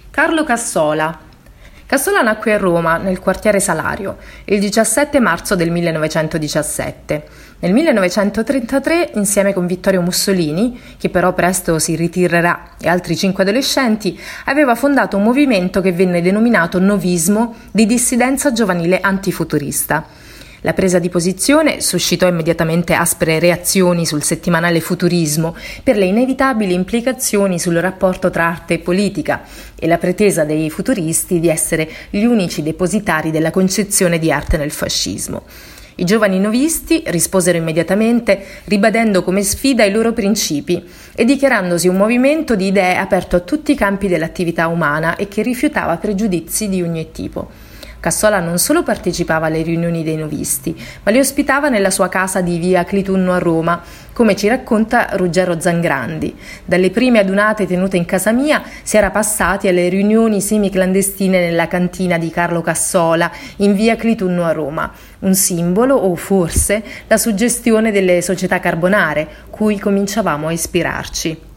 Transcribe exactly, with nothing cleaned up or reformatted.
Carlo Cassola. Cassola nacque a Roma, nel quartiere Salario, il diciassette marzo del millenovecentodiciassette. Nel millenovecentotrentatré, insieme con Vittorio Mussolini, che però presto si ritirerà, e altri cinque adolescenti, aveva fondato un movimento che venne denominato Novismo, di dissidenza giovanile antifuturista. La presa di posizione suscitò immediatamente aspre reazioni sul settimanale Futurismo per le inevitabili implicazioni sul rapporto tra arte e politica e la pretesa dei futuristi di essere gli unici depositari della concezione di arte nel fascismo. I giovani novisti risposero immediatamente ribadendo come sfida i loro principi e dichiarandosi un movimento di idee aperto a tutti i campi dell'attività umana e che rifiutava pregiudizi di ogni tipo. Cassola non solo partecipava alle riunioni dei novisti, ma li ospitava nella sua casa di via Clitunno a Roma, come ci racconta Ruggero Zangrandi. Dalle prime adunate tenute in casa mia si era passati alle riunioni semiclandestine nella cantina di Carlo Cassola in via Clitunno a Roma, un simbolo o forse la suggestione delle società carbonare, cui cominciavamo a ispirarci.